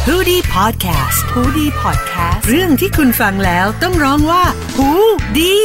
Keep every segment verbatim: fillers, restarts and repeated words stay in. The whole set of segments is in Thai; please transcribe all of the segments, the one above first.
ฮูดี้พอดแคสต์ฮูดี้พอดแคสต์เรื่องที่คุณฟังแล้วต้องร้องว่าฮูดี้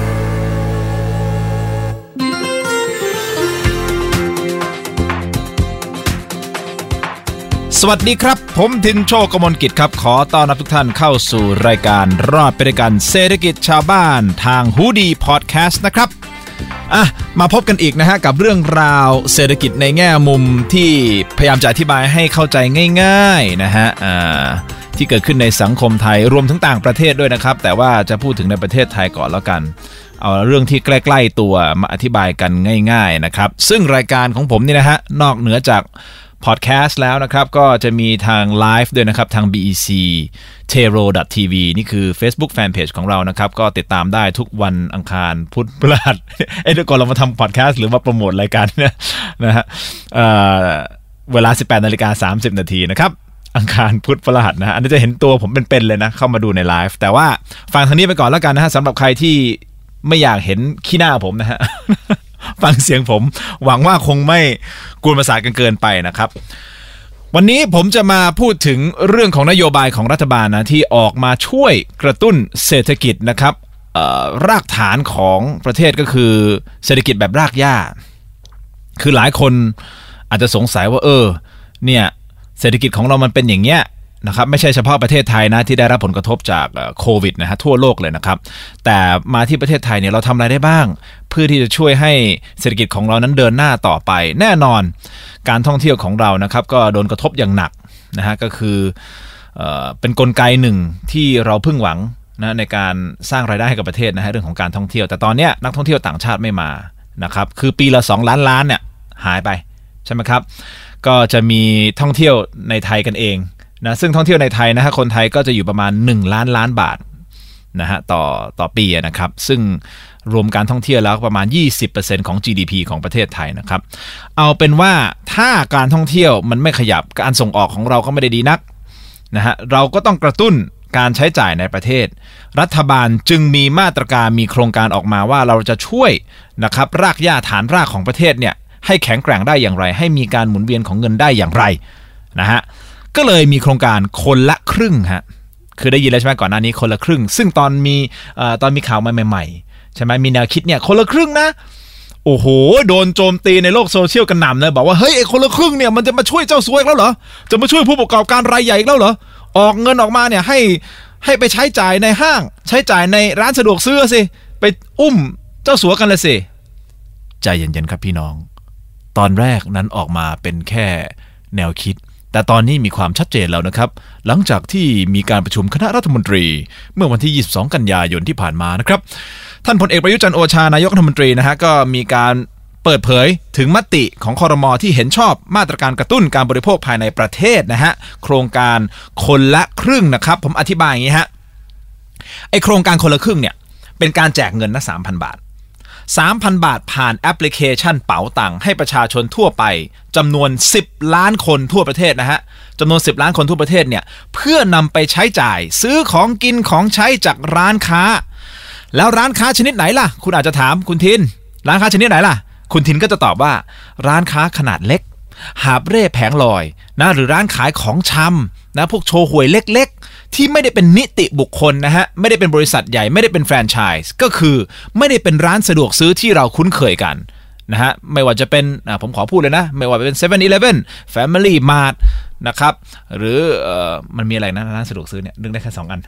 สวัสดีครับผมทินโชค กมลกิจครับขอต้อนรับทุกท่านเข้าสู่รายการรอดไปด้วยกันเศรษฐกิจชาวบ้านทางฮูดี้พอดแคสต์นะครับอ่ะมาพบกันอีกนะฮะกับเรื่องราวเศรษฐกิจในแง่มุมที่พยายามจะอธิบายให้เข้าใจง่ายๆนะฮะอ่าที่เกิดขึ้นในสังคมไทยรวมทั้งต่างประเทศด้วยนะครับแต่ว่าจะพูดถึงในประเทศไทยก่อนแล้วกันเอาเรื่องที่ใกล้ๆตัวมาอธิบายกันง่ายๆนะครับซึ่งรายการของผมนี่นะฮะนอกเหนือจากพอดแคสต์แล้วนะครับก็จะมีทางไลฟ์ด้วยนะครับทาง บี อี ซี เทโร ดอท ที วี นี่คือ Facebook Fanpage ของเรานะครับก็ติดตามได้ทุกวันอังคารพุธพฤหัสเอ้ยเดี๋ยวก่อนเรามาทำพอดแคสต์หรือมาโปรโมทรายการเนี่ยนะฮะเอ่อเวลา สิบแปดนาฬิกาสามสิบนาทีนะครับอังคารพุธพฤหัสนะฮะอันนี้จะเห็นตัวผมเป็นๆเลยนะเข้ามาดูในไลฟ์แต่ว่าฟังทางนี้ไปก่อนแล้วกันนะฮะสำหรับใครที่ไม่อยากเห็นขี้หน้าผมนะฮะ ฟังเสียงผมหวังว่าคงไม่กวนประสาทกันเกินไปนะครับวันนี้ผมจะมาพูดถึงเรื่องของนโยบายของรัฐบาลนะที่ออกมาช่วยกระตุ้นเศรษฐกิจนะครับรากฐานของประเทศก็คือเศรษฐกิจแบบรากหญ้าคือหลายคนอาจจะสงสัยว่าเออเนี่ยเศรษฐกิจของเรามันเป็นอย่างเงี้ยนะครับไม่ใช่เฉพาะประเทศไทยนะที่ได้รับผลกระทบจากโควิดนะฮะทั่วโลกเลยนะครับแต่มาที่ประเทศไทยเนี่ยเราทำอะไรได้บ้างเพื่อที่จะช่วยให้เศรษฐกิจของเรานั้นเดินหน้าต่อไปแน่นอนการท่องเที่ยวของเรานะครับก็โดนกระทบอย่างหนักนะฮะก็คือเอ่อเป็นกลไกหนึ่งที่เราพึ่งหวังนะในการสร้างรายได้ให้กับประเทศนะฮะเรื่องของการท่องเที่ยวแต่ตอนนี้นักท่องเที่ยวต่างชาติไม่มานะครับคือปีละสองล้านล้านเนี่ยหายไปใช่ไหมครับก็จะมีท่องเที่ยวในไทยกันเองนะซึ่งท่องเที่ยวในไทยนะฮะคนไทยก็จะอยู่ประมาณหนึ่งล้านล้านบาทนะฮะต่อต่อปีนะครับซึ่งรวมการท่องเที่ยวแล้วประมาณ ยี่สิบเปอร์เซ็นต์ ของ จี ดี พี ของประเทศไทยนะครับเอาเป็นว่าถ้าการท่องเที่ยวมันไม่ขยับการส่งออกของเราก็ไม่ได้ดีนักนะฮะเราก็ต้องกระตุ้นการใช้จ่ายในประเทศรัฐบาลจึงมีมาตรการมีโครงการออกมาว่าเราจะช่วยนะครับรากหญ้าฐานรากของประเทศเนี่ยให้แข็งแกร่งได้อย่างไรให้มีการหมุนเวียนของเงินได้อย่างไรนะฮะก็เลยมีโครงการคนละครึ่งฮะคือได้ยินแล้วใช่ไหมก่อนหน้านี้คนละครึ่งซึ่งตอนมีเอ่อตอนมีข่าวมาใหม่ๆใช่ไหมมีแนวคิดเนี่ยคนละครึ่งนะโอ้โหโดนโจมตีในโลกโซเชียลกันหนำเลยบอกว่าเฮ้ยไอ้คนละครึ่งเนี่ยมันจะมาช่วยเจ้าสัวอีกแล้วเหรอจะมาช่วยผู้ประกอบการรายใหญ่อีกแล้วเหรอออกเงินออกมาเนี่ยให้ให้ไปใช้จ่ายในห้างใช้จ่ายในร้านสะดวกซื้อสิไปอุ้มเจ้าสัวกันเลยสิใจเย็นๆครับพี่น้องตอนแรกนั้นออกมาเป็นแค่แนวคิดแต่ตอนนี้มีความชัดเจนแล้วนะครับหลังจากที่มีการประชุมคณะรัฐมนตรีเมื่อวันที่ยี่สิบสองกันยายนที่ผ่านมานะครับท่านพลเอกประยุทธ์จันทร์โอชานายกรัฐมนตรีนะฮะก็มีการเปิดเผยถึงมติของครม.ที่เห็นชอบมาตรการกระตุ้นการบริโภคภายในประเทศนะฮะโครงการคนละครึ่งนะครับผมอธิบายอย่างนี้ฮะไอโครงการคนละครึ่งเนี่ยเป็นการแจกเงินนะ สามพัน บาทสามพัน บาทผ่านแอปพลิเคชันเป๋าตังค์ให้ประชาชนทั่วไปจำนวนสิบล้านคนทั่วประเทศนะฮะจำนวนสิบล้านคนทั่วประเทศเนี่ยเพื่อนำไปใช้จ่ายซื้อของกินของใช้จากร้านค้าแล้วร้านค้าชนิดไหนล่ะคุณอาจจะถามคุณทินร้านค้าชนิดไหนล่ะคุณทินก็จะตอบว่าร้านค้าขนาดเล็กหาบเร่แผงลอยนะหรือร้านขายของชำนะพวกโชห่วยเล็กๆที่ไม่ได้เป็นนิติบุคคลนะฮะไม่ได้เป็นบริษัทใหญ่ไม่ได้เป็นแฟรนไชส์ก็คือไม่ได้เป็นร้านสะดวกซื้อที่เราคุ้นเคยกันนะฮะไม่ว่าจะเป็นผมขอพูดเลยนะไม่ว่าจะเป็น เซเว่น อีเลฟเว่น Family Mart นะครับหรือเอ่อมันมีอะไรนะร้านสะดวกซื้อเนี่ยนึกได้แค่สองอัน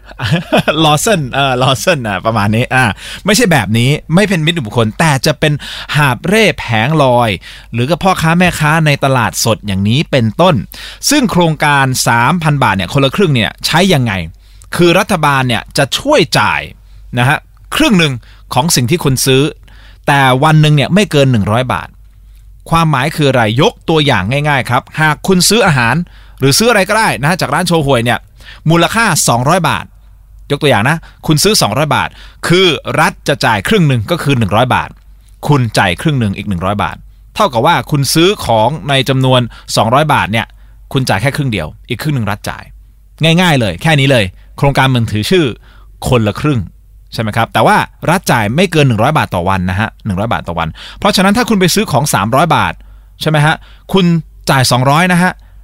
Lawson เอ่อ Lawson อ่ะประมาณนี้อ่าไม่ใช่แบบนี้ไม่เป็นมิตรบุคคลแต่จะเป็นหาบเร่แผงลอยหรือก็พ่อค้าแม่ค้าในตลาดสดอย่างนี้เป็นต้นซึ่งโครงการ สามพัน บาทเนี่ยคนละครึ่งเนี่ยใช้ยังไงคือรัฐบาลเนี่ยจะช่วยจ่ายนะฮะครึ่งนึงของสิ่งที่คุณซื้อแต่วันนึงเนี่ยไม่เกินหนึ่งร้อยบาทความหมายคืออะไรยกตัวอย่างง่ายๆครับหากคุณซื้ออาหารหรือซื้ออะไรก็ได้นะจากร้านโชห่วยเนี่ยมูลค่าสองร้อยบาทยกตัวอย่างนะคุณซื้อสองร้อยบาทคือรัฐจะจ่ายครึ่งนึงก็คือหนึ่งร้อยบาทคุณจ่ายครึ่งนึงอีกหนึ่งร้อยบาทเท่ากับว่าคุณซื้อของในจำนวนสองร้อยบาทเนี่ยคุณจ่ายแค่ครึ่งเดียวอีกครึ่งนึงรัฐจ่ายง่ายๆเลยแค่นี้เลยโครงการมันถือชื่อคนละครึ่งใช่ไหมครับแต่ว่ารัฐจ่ายไม่เกินหนึ่งร้อยบาทต่อวันนะฮะหนึ่งร้อยบาทต่อวันเพราะฉะนั้นถ้าคุณไปซื้อของสามร้อยบาทใช่ไหมฮะคุณจ่ายสองร้อยนะฮะ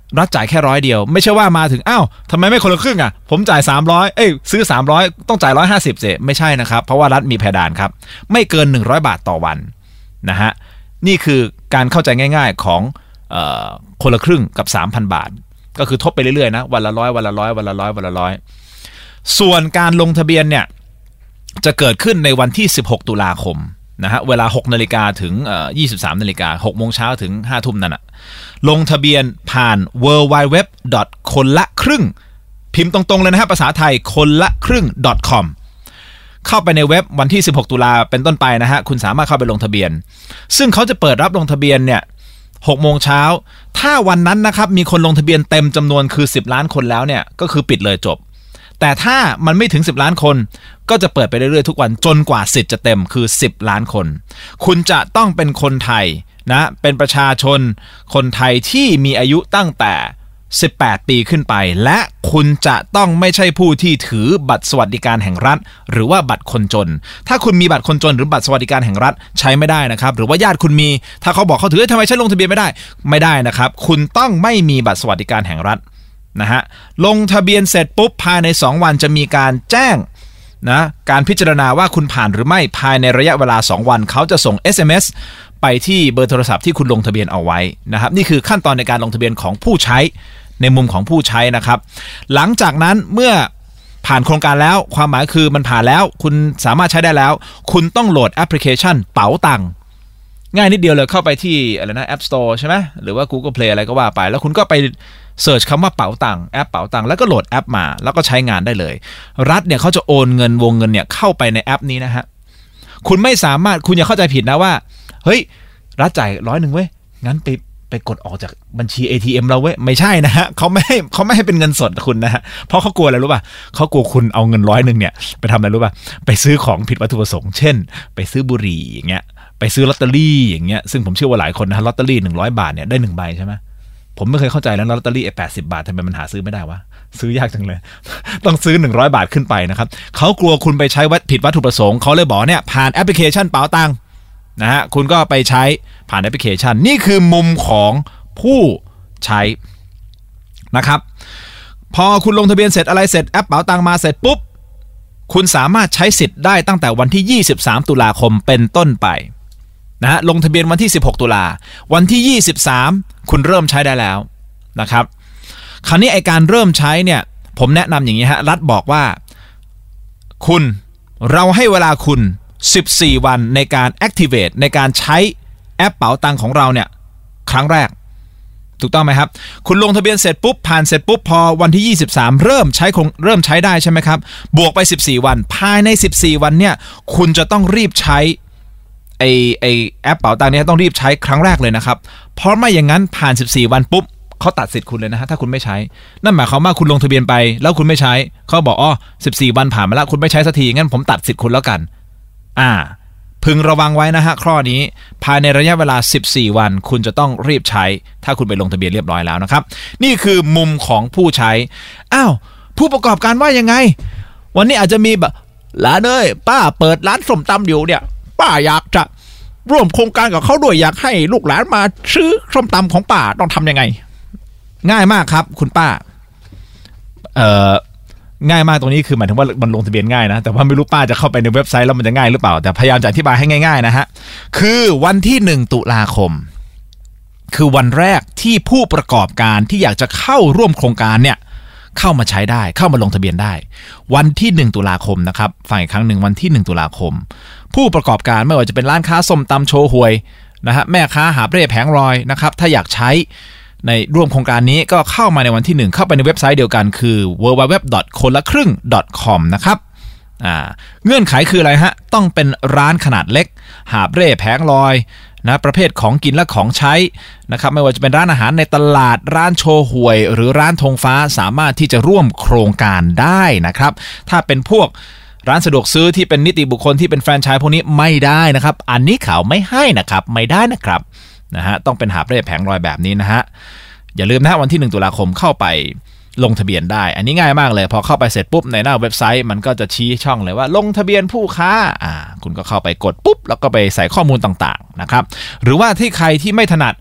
รัฐจ่ายแค่ร้อยเดียวไม่ใช่ว่ามาถึงอ้าวทำไมไม่คนละครึ่งอ่ะผมจ่ายสามร้อยเอ้ยซื้อสามร้อยต้องจ่ายหนึ่งร้อยห้าสิบเสไม่ใช่นะครับเพราะว่ารัฐมีเพดานครับไม่เกินหนึ่งร้อยบาทต่อวันนะฮะนี่คือการเข้าใจง่ายๆของเอ่อคนละครึ่งกับ สามพัน บาทก็คือทบไปเรื่อยๆนะวันละร้อยวันละร้อยวันละร้อยวันละร้อยส่วนการลงทะเบียนเนี่ยจะเกิดขึ้นในวันที่สิบหกตุลาคมนะฮะเวลา หกนาฬิกา ถึงเอ่อ ยี่สิบสามนาฬิกา หกโมงเช้าถึง ห้าทุ่มนั่นน่ะลงทะเบียนผ่าน ดับเบิลยู ดับเบิลยู ดับเบิลยู ดอท คนละครึ่งพิมพ์ตรงๆเลยนะฮะภาษาไทยคนละครึ่ง .com เข้าไปในเว็บวันที่สิบหกตุลาเป็นต้นไปนะฮะคุณสามารถเข้าไปลงทะเบียนซึ่งเขาจะเปิดรับลงทะเบียนเนี่ยหกโมงเช้าถ้าวันนั้นนะครับมีคนลงทะเบียนเต็มจำนวนคือสิบล้านคนแล้วเนี่ยก็คือปิดเลยจบแต่ถ้ามันไม่ถึงสิบล้านคนก็จะเปิดไปเรื่อยๆทุกวันจนกว่าสิทธิ์จะเต็มคือสิบล้านคนคุณจะต้องเป็นคนไทยนะเป็นประชาชนคนไทยที่มีอายุตั้งแต่สิบแปดปีขึ้นไปและคุณจะต้องไม่ใช่ผู้ที่ถือบัตรสวัสดิการแห่งรัฐหรือว่าบัตรคนจนถ้าคุณมีบัตรคนจนหรือบัตรสวัสดิการแห่งรัฐใช้ไม่ได้นะครับหรือว่าญาติคุณมีถ้าเขาบอกเขาถือทำไมฉันลงทะเบียนไม่ได้ไม่ได้นะครับคุณต้องไม่มีบัตรสวัสดิการแห่งรัฐนะฮะลงทะเบียนเสร็จปุ๊บภายในสองวันจะมีการแจ้งนะการพิจารณาว่าคุณผ่านหรือไม่ภายในระยะเวลาสองวันเขาจะส่ง เอส เอ็ม เอส ไปที่เบอร์โทรศัพท์ที่คุณลงทะเบียนเอาไว้นะครับนี่คือขั้นตอนในการลงทะเบียนของผู้ใช้ในมุมของผู้ใช้นะครับหลังจากนั้นเมื่อผ่านโครงการแล้วความหมายคือมันผ่านแล้วคุณสามารถใช้ได้แล้วคุณต้องโหลดแอปพลิเคชันเป๋าตังค์ง่ายนิดเดียวเลยเข้าไปที่อะไรนะ App Store ใช่ไหมหรือว่า Google Play อะไรก็ว่าไปแล้วคุณก็ไปเสิร์ชคำว่าเป๋าตังค์แอปเป๋าตังค์แล้วก็โหลดแอปมาแล้วก็ใช้งานได้เลยรัฐเนี่ยเขาจะโอนเงินวงเงินเนี่ยเข้าไปในแอปนี้นะฮะคุณไม่สามารถคุณอย่าเข้าใจผิดนะว่าเฮ้ยรัฐจ่ายร้อยหนึ่งเว้ยงั้นไปไปกดออกจากบัญชี เอ ที เอ็ม เราเว้ยไม่ใช่นะฮะเขาไม่ให้เขาไม่ให้เป็นเงินสดคุณนะฮะเพราะเขากลัวอะไรรู้ป่ะเขากลัวคุณเอาเงินร้อยหนึ่งเนี่ยไปทำอะไรรู้ป่ะไปซื้อของผิดวัตถุประสงค์เช่นไปซื้อบุหรี่อย่างเงี้ยไปซื้อลอตเตอรี่อย่างเงี้ยซึ่งผมเชื่อว่าหลายคนนะฮะลอตเตอรี่หนึ่งร้อยบาทเนี่ยได้หนึ่งใบใช่ไหมผมไม่เคยเข้าใจแล้วลอตเตอรี่ไอ้แปดสิบบาททำไมมันหาซื้อไม่ได้วะซื้อยากจังเลย ต้องซื้อหนึ่งร้อยบาทขึ้นไปนะครับเขากลัวคุณไปใช้วัตผิดวัตถุประสงค์เขาเลยบอกเนี่ยผ่านแอปพลิเคชันเป๋าตังค์นะฮะคุณก็ไปใช้ผ่านแอปพลิเคชันนี่คือมุมของผู้ใช้นะครับพอคุณลงทะเบียนเสร็จอะไรเสร็จแอปเป๋าตังค์มาเสร็จปุ๊บคุณสามารถใช้สิทธิ์ได้ตั้งแต่วันที่ยี่สิบสามตุลาคมเป็นต้นไปนะฮะลงทะเบียนวันที่สิบหกตุลาวันที่ยี่สิบสามคุณเริ่มใช้ได้แล้วนะครับคราวนี้ไอการเริ่มใช้เนี่ยผมแนะนำอย่างนี้ฮะรัฐบอกว่าคุณเราให้เวลาคุณสิบสี่วันในการ activate ในการใช้แอปเป๋าตังค์ของเราเนี่ยครั้งแรกถูกต้องไหมครับคุณลงทะเบียนเสร็จปุ๊บผ่านเสร็จปุ๊บพอวันที่ยี่สิบสามเริ่มใช้คงเริ่มใช้ได้ใช่ไหมครับบวกไปสิบสี่วันภายในสิบสี่วันเนี่ยคุณจะต้องรีบใช้ไอไอแอปเป๋าตังค์นี้ต้องรีบใช้ครั้งแรกเลยนะครับเพราะไม่อย่างนั้นผ่านสิบสี่วันปุ๊บเขาตัดสิทธิ์คุณเลยนะฮะถ้าคุณไม่ใช้นั่นหมายความว่าคุณลงทะเบียนไปแล้วคุณไม่ใช้เขาบอกอ๋อสิบสี่วันผ่านมาแล้วคุณไม่ใช้สักทีงั้นผมตัดสิทธิ์คุณแล้วกันอ่าพึงระวังไว้นะฮะข้อนี้ภายในระยะเวลาสิบสี่วันคุณจะต้องรีบใช้ถ้าคุณไปลงทะเบียนเรียบร้อยแล้วนะครับนี่คือมุมของผู้ใช้อ้าวผู้ประกอบการว่ายังไงวันนี้อาจจะมีแบบหลานเอ้ยป้าเปิดร้านส้มตำอยู่เนี่ยป้าอยากจะร่วมโครงการกับเขาด้วยอยากให้ลูกหลานมาซื้อส้มตำของป้าต้องทำยังไงง่ายมากครับคุณป้าเอ่อง่ายมากตรงนี้คือหมายถึงว่ามันลงทะเบียนง่ายนะแต่ว่าไม่รู้ป้าจะเข้าไปในเว็บไซต์แล้วมันจะง่ายหรือเปล่าแต่พยายามจะอธิบายให้ง่ายๆนะฮะคือวันที่หนึ่งตุลาคมคือวันแรกที่ผู้ประกอบการที่อยากจะเข้าร่วมโครงการเนี่ยเข้ามาใช้ได้เข้ามาลงทะเบียนได้วันที่หนึ่งตุลาคมนะครับฟังอีกครั้งหนึ่งวันที่หนึ่งตุลาคมผู้ประกอบการไม่ว่าจะเป็นร้านค้าส้มตำโชห่วยนะฮะแม่ค้าหาบเร่แผงลอยนะครับถ้าอยากใช้ในร่วมโครงการนี้ก็เข้ามาในวันที่หนึ่งเข้าไปในเว็บไซต์เดียวกันคือ ดับเบิลยู ดับเบิลยู ดับเบิลยู ดอท คนละครึ่ง ดอท คอม นะครับอ่าเงื่อนไขคืออะไรฮะต้องเป็นร้านขนาดเล็กหาบเร่แผงลอยนะประเภทของกินและของใช้นะครับไม่ว่าจะเป็นร้านอาหารในตลาดร้านโชห่วยหรือร้านธงฟ้าสามารถที่จะร่วมโครงการได้นะครับถ้าเป็นพวกร้านสะดวกซื้อที่เป็นนิติบุคคลที่เป็นแฟรนไชส์พวกนี้ไม่ได้นะครับอันนี้เขาไม่ให้นะครับไม่ได้นะครับนะฮะต้องเป็นหาบเร่แผงลอยแบบนี้นะฮะอย่าลืมนะฮะวันที่หนึ่งตุลาคมเข้าไปลงทะเบียนได้อันนี้ง่ายมากเลยพอเข้าไปเสร็จปุ๊บในหน้าเว็บไซต์มันก็จะชี้ช่องเลยว่าลงทะเบียนผู้ค้าอ่าคุณก็เข้าไปกดปุ๊บแล้วก็ไปใส่ข้อมูลต่างๆนะครับหรือว่าที่ใครที่ไม่ถนัด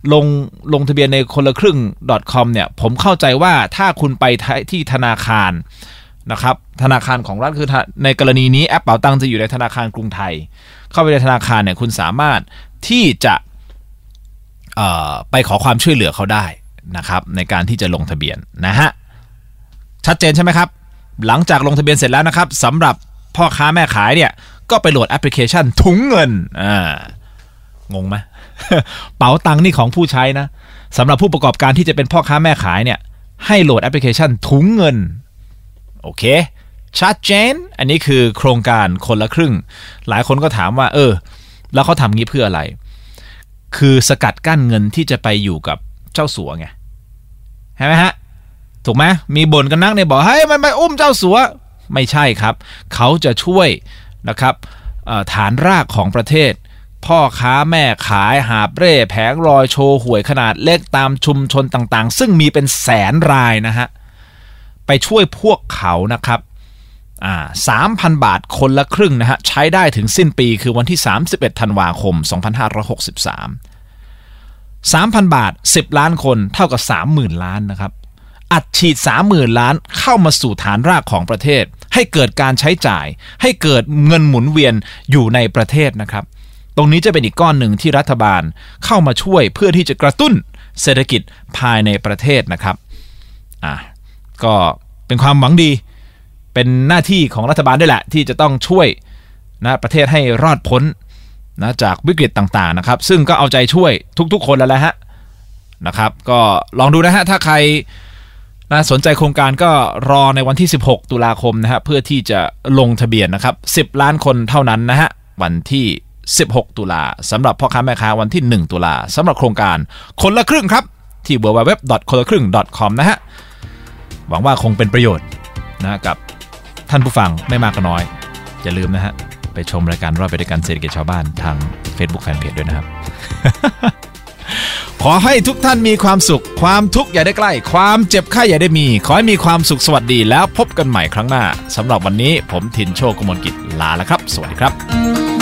ลงลงทะเบียนในคนละครึ่ง .com เนี่ยผมเข้าใจว่าถ้าคุณไปที่ธนาคารนะครับธนาคารของรัฐคือในกรณีนี้แอปเป๋าตังค์จะอยู่ในธนาคารกรุงไทยเข้าไปในธนาคารเนี่ยคุณสามารถที่จะเอ่อไปขอความช่วยเหลือเขาได้นะครับในการที่จะลงทะเบียนนะฮะชัดเจนใช่ไหมครับหลังจากลงทะเบียนเสร็จแล้วนะครับสำหรับพ่อค้าแม่ขายเนี่ยก็ไปโหลดแอปพลิเคชันถุงเงินอ่างงไหม เป๋าตังค์นี่ของผู้ใช้นะสำหรับผู้ประกอบการที่จะเป็นพ่อค้าแม่ขายเนี่ยให้โหลดแอปพลิเคชันถุงเงินโอเคชัดเจนอันนี้คือโครงการคนละครึ่งหลายคนก็ถามว่าเออแล้วเขาทำงี้เพื่ออะไรคือสกัดกั้นเงินที่จะไปอยู่กับเจ้าสัวไงใช่ไหมฮะถูกไหมมีบ่นกันนักเนี่ยบอกเฮ้ยมันไปอุ้มเจ้าสัวไม่ใช่ครับเขาจะช่วยนะครับฐานรากของประเทศพ่อค้าแม่ขายหาบเร่แผงลอยโชว์หวยขนาดเล็กตามชุมชนต่างๆซึ่งมีเป็นแสนรายนะฮะไปช่วยพวกเขานะครับอ่า สามพัน บาทคนละครึ่งนะฮะใช้ได้ถึงสิ้นปีคือวันที่สามสิบเอ็ดธันวาคมสองพันห้าร้อยหกสิบสาม สามพัน บาทสิบล้านคนเท่ากับ สามหมื่น ล้านนะครับอัดฉีด สามหมื่น ล้านเข้ามาสู่ฐานรากของประเทศให้เกิดการใช้จ่ายให้เกิดเงินหมุนเวียนอยู่ในประเทศนะครับตรงนี้จะเป็นอีกก้อนหนึ่งที่รัฐบาลเข้ามาช่วยเพื่อที่จะกระตุ้นเศรษฐกิจภายในประเทศนะครับอ่ะก็เป็นความหวังดีเป็นหน้าที่ของรัฐบาลด้วยแหละที่จะต้องช่วยนะประเทศให้รอดพ้นนะจากวิกฤตต่างๆนะครับซึ่งก็เอาใจช่วยทุกๆคนแล้วแหละฮะนะครับก็ลองดูนะฮะถ้าใครนะสนใจโครงการก็รอในวันที่สิบหกตุลาคมนะฮะเพื่อที่จะลงทะเบียนนะครับสิบล้านคนเท่านั้นนะฮะวันที่สิบหกตุลาสำหรับพ่อค้าแม่ค้าวันที่หนึ่งตุลาสำหรับโครงการคนละครึ่งครับที่ ดับเบิลยู ดับเบิลยู ดับเบิลยู ดอท คนละครึ่ง ดอท คอม นะฮะหวังว่าคงเป็นประโยชน์นะกับท่านผู้ฟังไม่มากก็น้อยอย่าลืมนะฮะไปชมรายการรอดไปด้วยกันเศรษฐกิจชาวบ้านทาง Facebook Fanpage ด้วยนะครับ ขอให้ทุกท่านมีความสุขความทุกข์อย่าได้ใกล้ความเจ็บไข้อย่าได้มีขอให้มีความสุขสวัสดีแล้วพบกันใหม่ครั้งหน้าสำหรับวันนี้ผมถิ่นโชค กมลกิจลาแล้วครับสวัสดีครับ